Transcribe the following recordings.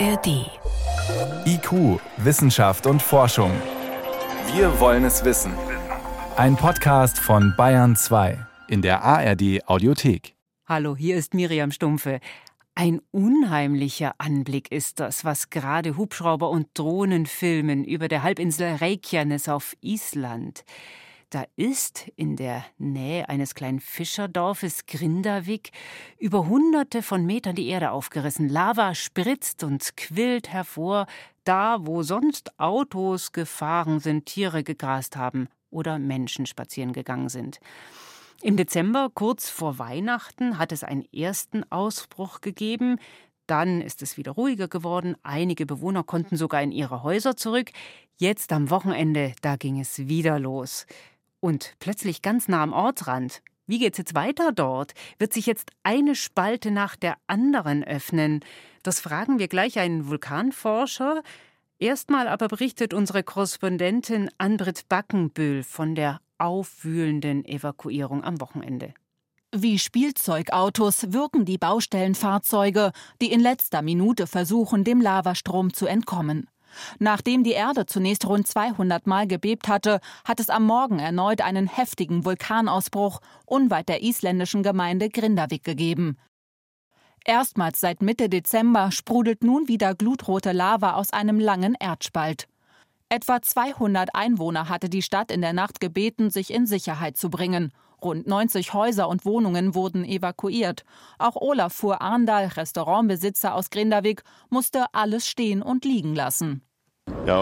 ARD. IQ, Wissenschaft und Forschung. Wir wollen es wissen. Ein Podcast von Bayern 2 in der ARD Audiothek. Hallo, hier ist Miriam Stumpfe. Ein unheimlicher Anblick ist das, was gerade Hubschrauber und Drohnen filmen über der Halbinsel Reykjanes auf Island. Da ist in der Nähe eines kleinen Fischerdorfes Grindavik über Hunderte von Metern die Erde aufgerissen. Lava spritzt und quillt hervor, da wo sonst Autos gefahren sind, Tiere gegrast haben oder Menschen spazieren gegangen sind. Im Dezember, kurz vor Weihnachten, hat es einen ersten Ausbruch gegeben. Dann ist es wieder ruhiger geworden. Einige Bewohner konnten sogar in ihre Häuser zurück. Jetzt am Wochenende, da ging es wieder los. Und plötzlich ganz nah am Ortsrand. Wie geht's jetzt weiter dort? Wird sich jetzt eine Spalte nach der anderen öffnen? Das fragen wir gleich einen Vulkanforscher. Erstmal aber berichtet unsere Korrespondentin Ann-Britt Backenbühl von der aufwühlenden Evakuierung am Wochenende. Wie Spielzeugautos wirken die Baustellenfahrzeuge, die in letzter Minute versuchen, dem Lavastrom zu entkommen. Nachdem die Erde zunächst rund 200 Mal gebebt hatte, hat es am Morgen erneut einen heftigen Vulkanausbruch unweit der isländischen Gemeinde Grindavik gegeben. Erstmals seit Mitte Dezember sprudelt nun wieder glutrote Lava aus einem langen Erdspalt. Etwa 200 Einwohner hatte die Stadt in der Nacht gebeten, sich in Sicherheit zu bringen. Rund 90 Häuser und Wohnungen wurden evakuiert. Auch Olafur Arndal, Restaurantbesitzer aus Grindavik, musste alles stehen und liegen lassen. Wir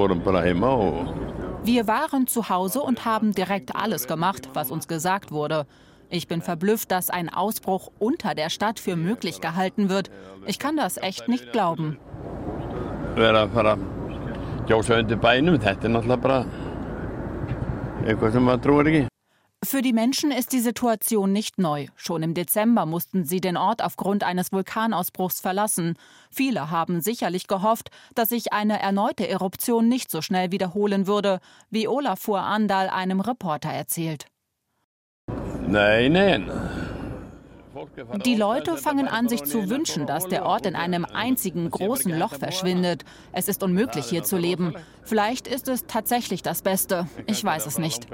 waren zu Hause und haben direkt alles gemacht, was uns gesagt wurde. Ich bin verblüfft, dass ein Ausbruch unter der Stadt für möglich gehalten wird. Ich kann das echt nicht glauben. Für die Menschen ist die Situation nicht neu. Schon im Dezember mussten sie den Ort aufgrund eines Vulkanausbruchs verlassen. Viele haben sicherlich gehofft, dass sich eine erneute Eruption nicht so schnell wiederholen würde, wie Olafur Arndal einem Reporter erzählt. Nein. Die Leute fangen an, sich zu wünschen, dass der Ort in einem einzigen großen Loch verschwindet. Es ist unmöglich, hier zu leben. Vielleicht ist es tatsächlich das Beste. Ich weiß es nicht.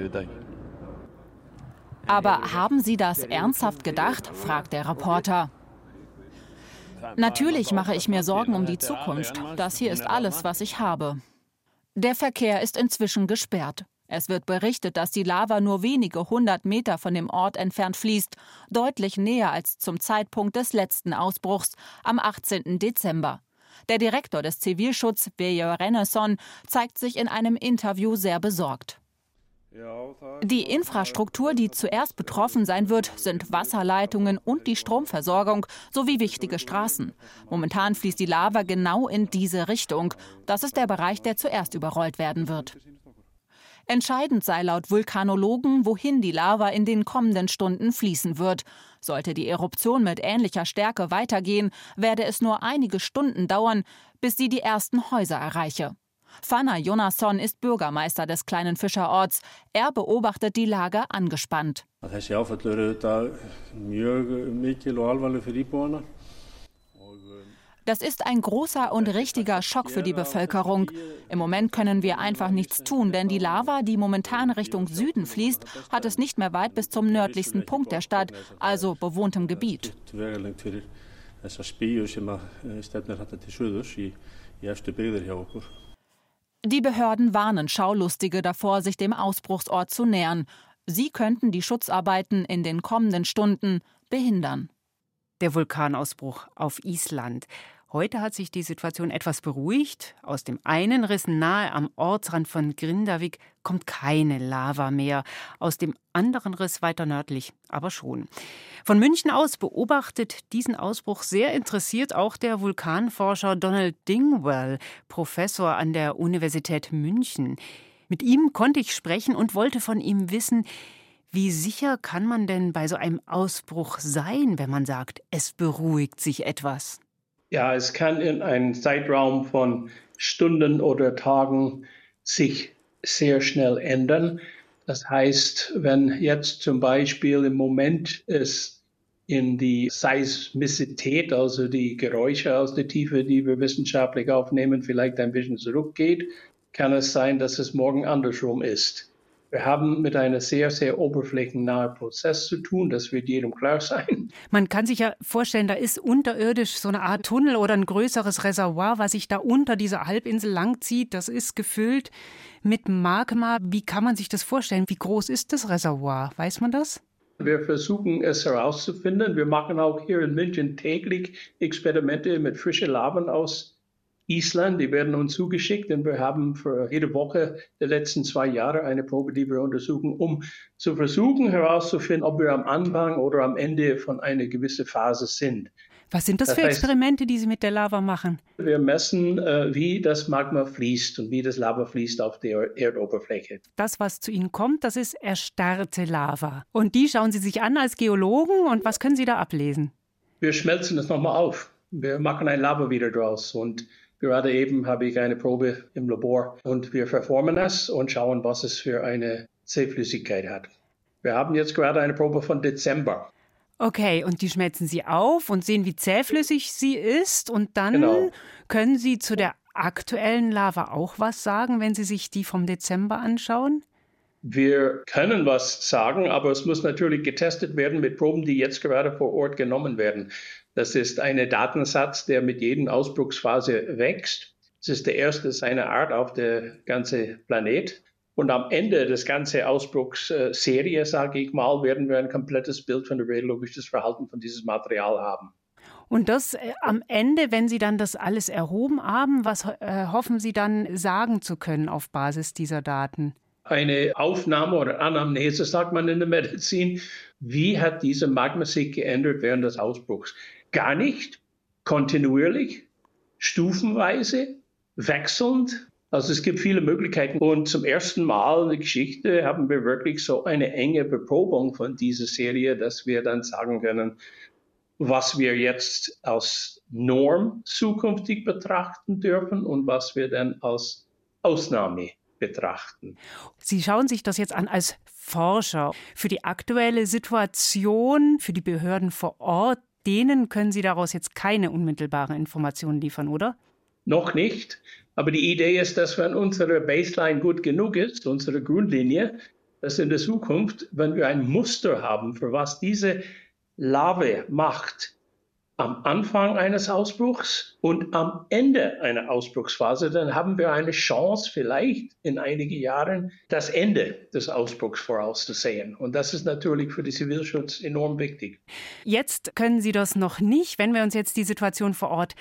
Aber haben Sie das ernsthaft gedacht? Fragt der Reporter. Natürlich mache ich mir Sorgen um die Zukunft. Das hier ist alles, was ich habe. Der Verkehr ist inzwischen gesperrt. Es wird berichtet, dass die Lava nur wenige 100 Meter von dem Ort entfernt fließt, deutlich näher als zum Zeitpunkt des letzten Ausbruchs am 18. Dezember. Der Direktor des Zivilschutz, Björn Renneson, zeigt sich in einem Interview sehr besorgt. Die Infrastruktur, die zuerst betroffen sein wird, sind Wasserleitungen und die Stromversorgung sowie wichtige Straßen. Momentan fließt die Lava genau in diese Richtung. Das ist der Bereich, der zuerst überrollt werden wird. Entscheidend sei laut Vulkanologen, wohin die Lava in den kommenden Stunden fließen wird. Sollte die Eruption mit ähnlicher Stärke weitergehen, werde es nur einige Stunden dauern, bis sie die ersten Häuser erreiche. Fannar Jonasson ist Bürgermeister des kleinen Fischerorts. Er beobachtet die Lage angespannt. Das ist ein großer und richtiger Schock für die Bevölkerung. Im Moment können wir einfach nichts tun, denn die Lava, die momentan Richtung Süden fließt, hat es nicht mehr weit bis zum nördlichsten Punkt der Stadt, also bewohntem Gebiet. Die Behörden warnen Schaulustige davor, sich dem Ausbruchsort zu nähern. Sie könnten die Schutzarbeiten in den kommenden Stunden behindern. Der Vulkanausbruch auf Island. Heute hat sich die Situation etwas beruhigt. Aus dem einen Riss nahe am Ortsrand von Grindavik kommt keine Lava mehr. Aus dem anderen Riss weiter nördlich aber schon. Von München aus beobachtet diesen Ausbruch sehr interessiert auch der Vulkanforscher Donald Dingwall, Professor an der Universität München. Mit ihm konnte ich sprechen und wollte von ihm wissen, wie sicher kann man denn bei so einem Ausbruch sein, wenn man sagt, es beruhigt sich etwas? Ja, es kann in einem Zeitraum von Stunden oder Tagen sich sehr schnell ändern. Das heißt, wenn jetzt zum Beispiel im Moment es in die Seismizität, also die Geräusche aus der Tiefe, die wir wissenschaftlich aufnehmen, vielleicht ein bisschen zurückgeht, kann es sein, dass es morgen andersrum ist. Wir haben mit einem sehr, sehr oberflächennahen Prozess zu tun, das wird jedem klar sein. Man kann sich ja vorstellen, da ist unterirdisch so eine Art Tunnel oder ein größeres Reservoir, was sich da unter dieser Halbinsel langzieht. Das ist gefüllt mit Magma. Wie kann man sich das vorstellen? Wie groß ist das Reservoir? Weiß man das? Wir versuchen es herauszufinden. Wir machen auch hier in München täglich Experimente mit frischen Laven aus Island. Die werden uns zugeschickt und wir haben für jede Woche der letzten 2 Jahre eine Probe, die wir untersuchen, um zu versuchen herauszufinden, ob wir am Anfang oder am Ende von einer gewissen Phase sind. Was sind das für Experimente, die Sie mit der Lava machen? Wir messen, wie das Magma fließt und wie das Lava fließt auf der Erdoberfläche. Das, was zu Ihnen kommt, das ist erstarrte Lava. Und die schauen Sie sich an als Geologen und was können Sie da ablesen? Wir schmelzen es nochmal auf. Wir machen ein Lava wieder draus und gerade eben habe ich eine Probe im Labor und wir verformen es und schauen, was es für eine Zähflüssigkeit hat. Wir haben jetzt gerade eine Probe von Dezember. Okay, und die schmelzen Sie auf und sehen, wie zähflüssig sie ist. Und dann können Sie zu der aktuellen Lava auch was sagen, wenn Sie sich die vom Dezember anschauen? Wir können was sagen, aber es muss natürlich getestet werden mit Proben, die jetzt gerade vor Ort genommen werden. Das ist ein Datensatz, der mit jeder Ausbruchsphase wächst. Es ist der erste seiner Art auf der ganzen Planet. Und am Ende des ganzen Ausbruchsserie, sage ich mal, werden wir ein komplettes Bild von dem radiologischen Verhalten von diesem Material haben. Und das am Ende, wenn Sie dann das alles erhoben haben, was hoffen Sie dann sagen zu können auf Basis dieser Daten? Eine Aufnahme oder Anamnese, sagt man in der Medizin. Wie hat diese Magma sich geändert während des Ausbruchs? Gar nicht, kontinuierlich, stufenweise, wechselnd. Also es gibt viele Möglichkeiten. Und zum ersten Mal in der Geschichte haben wir wirklich so eine enge Beprobung von dieser Serie, dass wir dann sagen können, was wir jetzt als Norm zukünftig betrachten dürfen und was wir dann als Ausnahme betrachten. Sie schauen sich das jetzt an als Forscher. Für die aktuelle Situation, für die Behörden vor Ort, denen können Sie daraus jetzt keine unmittelbaren Informationen liefern, oder? Noch nicht. Aber die Idee ist, dass wenn unsere Baseline gut genug ist, unsere Grundlinie, dass in der Zukunft, wenn wir ein Muster haben, für was diese Lava macht, am Anfang eines Ausbruchs und am Ende einer Ausbruchsphase, dann haben wir eine Chance, vielleicht in einigen Jahren das Ende des Ausbruchs vorauszusehen. Und das ist natürlich für den Zivilschutz enorm wichtig. Jetzt können Sie das noch nicht, wenn wir uns jetzt die Situation vor Ort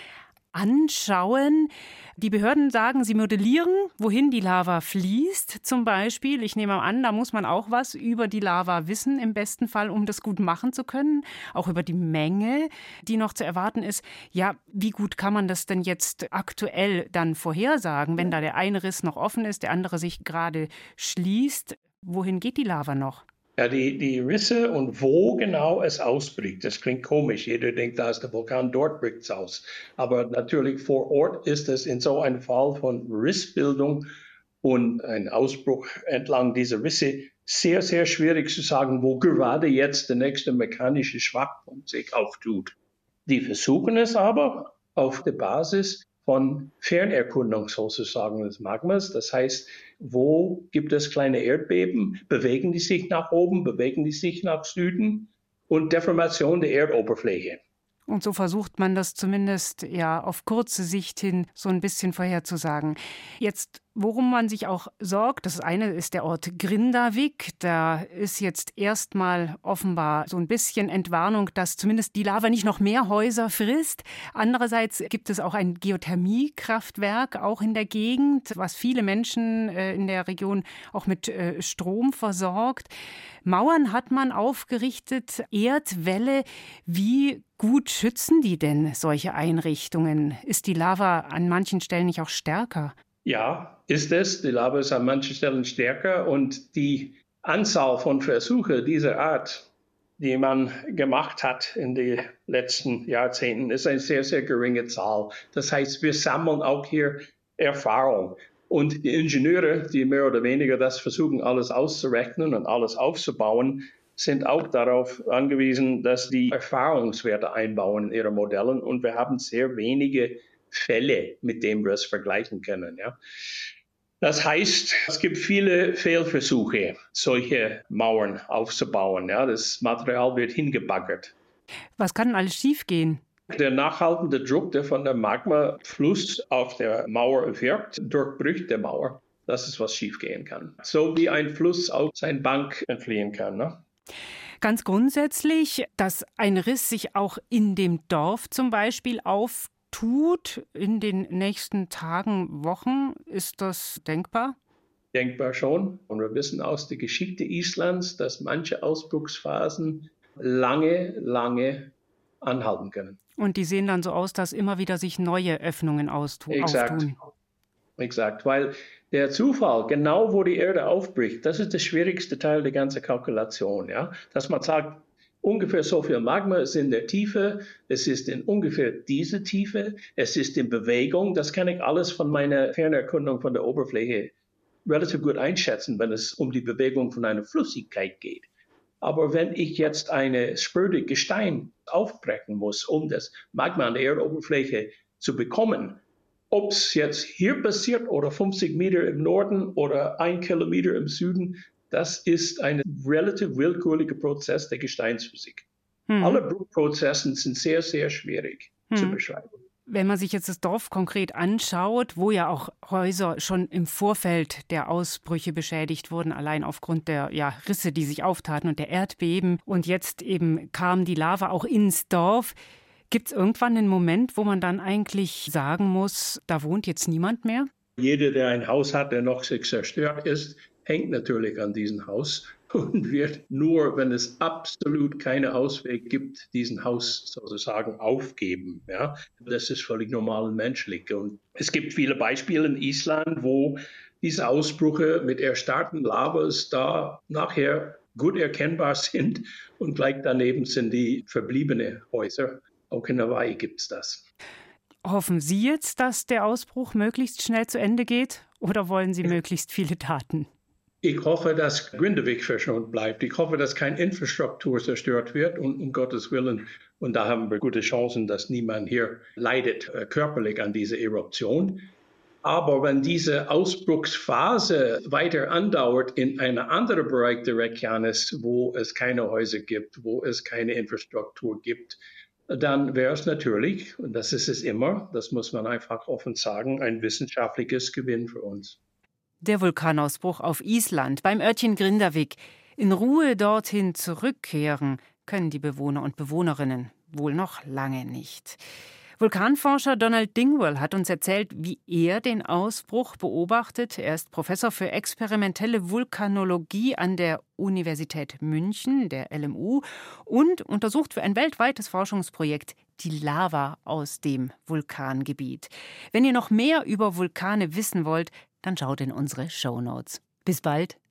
anschauen. Die Behörden sagen, sie modellieren, wohin die Lava fließt zum Beispiel. Ich nehme an, da muss man auch was über die Lava wissen, im besten Fall, um das gut machen zu können. Auch über die Menge, die noch zu erwarten ist. Ja, wie gut kann man das denn jetzt aktuell dann vorhersagen, wenn da der eine Riss noch offen ist, der andere sich gerade schließt? Wohin geht die Lava noch? Ja, die Risse und wo genau es ausbricht, das klingt komisch. Jeder denkt, da ist der Vulkan, dort bricht es aus. Aber natürlich vor Ort ist es in so einem Fall von Rissbildung und ein Ausbruch entlang dieser Risse sehr, sehr schwierig zu sagen, wo gerade jetzt der nächste mechanische Schwachpunkt sich auftut. Die versuchen es aber auf der Basis von Fernerkundung sozusagen des Magmas. Das heißt, wo gibt es kleine Erdbeben? Bewegen die sich nach oben? Bewegen die sich nach Süden? Und Deformation der Erdoberfläche. Und so versucht man das zumindest ja auf kurze Sicht hin so ein bisschen vorherzusagen. Jetzt, worum man sich auch sorgt, das eine ist der Ort Grindavik. Da ist jetzt erstmal offenbar so ein bisschen Entwarnung, dass zumindest die Lava nicht noch mehr Häuser frisst. Andererseits gibt es auch ein Geothermiekraftwerk auch in der Gegend, was viele Menschen in der Region auch mit Strom versorgt. Mauern hat man aufgerichtet, Erdwälle. Wie gut schützen die denn solche Einrichtungen? Ist die Lava an manchen Stellen nicht auch stärker? Ja, ist es. Die Lava ist an manchen Stellen stärker und die Anzahl von Versuchen dieser Art, die man gemacht hat in den letzten Jahrzehnten, ist eine sehr, sehr geringe Zahl. Das heißt, wir sammeln auch hier Erfahrung. Und die Ingenieure, die mehr oder weniger das versuchen, alles auszurechnen und alles aufzubauen, sind auch darauf angewiesen, dass die Erfahrungswerte einbauen in ihre Modelle. Und wir haben sehr wenige Fälle, mit denen wir es vergleichen können. Ja. Das heißt, es gibt viele Fehlversuche, solche Mauern aufzubauen. Ja. Das Material wird hingebaggert. Was kann alles schiefgehen? Der nachhaltende Druck, der von der Magmafluss auf der Mauer wirkt, durchbricht die Mauer. Das ist, was schiefgehen kann. So wie ein Fluss auf seine Bank entfliehen kann. Ne? Ganz grundsätzlich, dass ein Riss sich auch in dem Dorf zum Beispiel auftut in den nächsten Tagen, Wochen, ist das denkbar? Denkbar schon. Und wir wissen aus der Geschichte Islands, dass manche Ausbruchsphasen lange anhalten können. Und die sehen dann so aus, dass immer wieder sich neue Öffnungen auftun. Exakt, weil der Zufall, genau wo die Erde aufbricht, das ist der schwierigste Teil der ganzen Kalkulation. Ja? Dass man sagt, ungefähr so viel Magma ist in der Tiefe, es ist in ungefähr diese Tiefe, es ist in Bewegung. Das kann ich alles von meiner Fernerkundung von der Oberfläche relativ gut einschätzen, wenn es um die Bewegung von einer Flüssigkeit geht. Aber wenn ich jetzt eine spröde Gestein aufbrechen muss, um das Magma an der Erdoberfläche zu bekommen, ob es jetzt hier passiert oder 50 Meter im Norden oder 1 Kilometer im Süden, das ist ein relativ willkürlicher Prozess der Gesteinsphysik. Alle Bruchprozesse sind sehr, sehr schwierig zu beschreiben. Wenn man sich jetzt das Dorf konkret anschaut, wo ja auch Häuser schon im Vorfeld der Ausbrüche beschädigt wurden, allein aufgrund der Risse, die sich auftaten und der Erdbeben. Und jetzt eben kam die Lava auch ins Dorf. Gibt es irgendwann einen Moment, wo man dann eigentlich sagen muss, da wohnt jetzt niemand mehr? Jeder, der ein Haus hat, der noch sich zerstört ist, hängt natürlich an diesem Haus und wird nur, wenn es absolut keinen Ausweg gibt, diesen Haus sozusagen aufgeben. Ja? Das ist völlig normal und menschlich. Und es gibt viele Beispiele in Island, wo diese Ausbrüche mit erstarrten Lavas da nachher gut erkennbar sind und gleich daneben sind die verbliebenen Häuser. Auch in Hawaii gibt es das. Hoffen Sie jetzt, dass der Ausbruch möglichst schnell zu Ende geht oder wollen Sie möglichst viele Daten? Ich hoffe, dass Grindavik verschont bleibt. Ich hoffe, dass keine Infrastruktur zerstört wird, und um Gottes Willen. Und da haben wir gute Chancen, dass niemand hier leidet körperlich an dieser Eruption. Aber wenn diese Ausbruchsphase weiter andauert in einem anderen Bereich der Reykjanes, wo es keine Häuser gibt, wo es keine Infrastruktur gibt, dann wäre es natürlich, und das ist es immer, das muss man einfach offen sagen, ein wissenschaftliches Gewinn für uns. Der Vulkanausbruch auf Island beim Örtchen Grindavik. In Ruhe dorthin zurückkehren können die Bewohner und Bewohnerinnen wohl noch lange nicht. Vulkanforscher Donald Dingwall hat uns erzählt, wie er den Ausbruch beobachtet. Er ist Professor für experimentelle Vulkanologie an der Universität München, der LMU, und untersucht für ein weltweites Forschungsprojekt die Lava aus dem Vulkangebiet. Wenn ihr noch mehr über Vulkane wissen wollt, dann schaut in unsere Shownotes. Bis bald.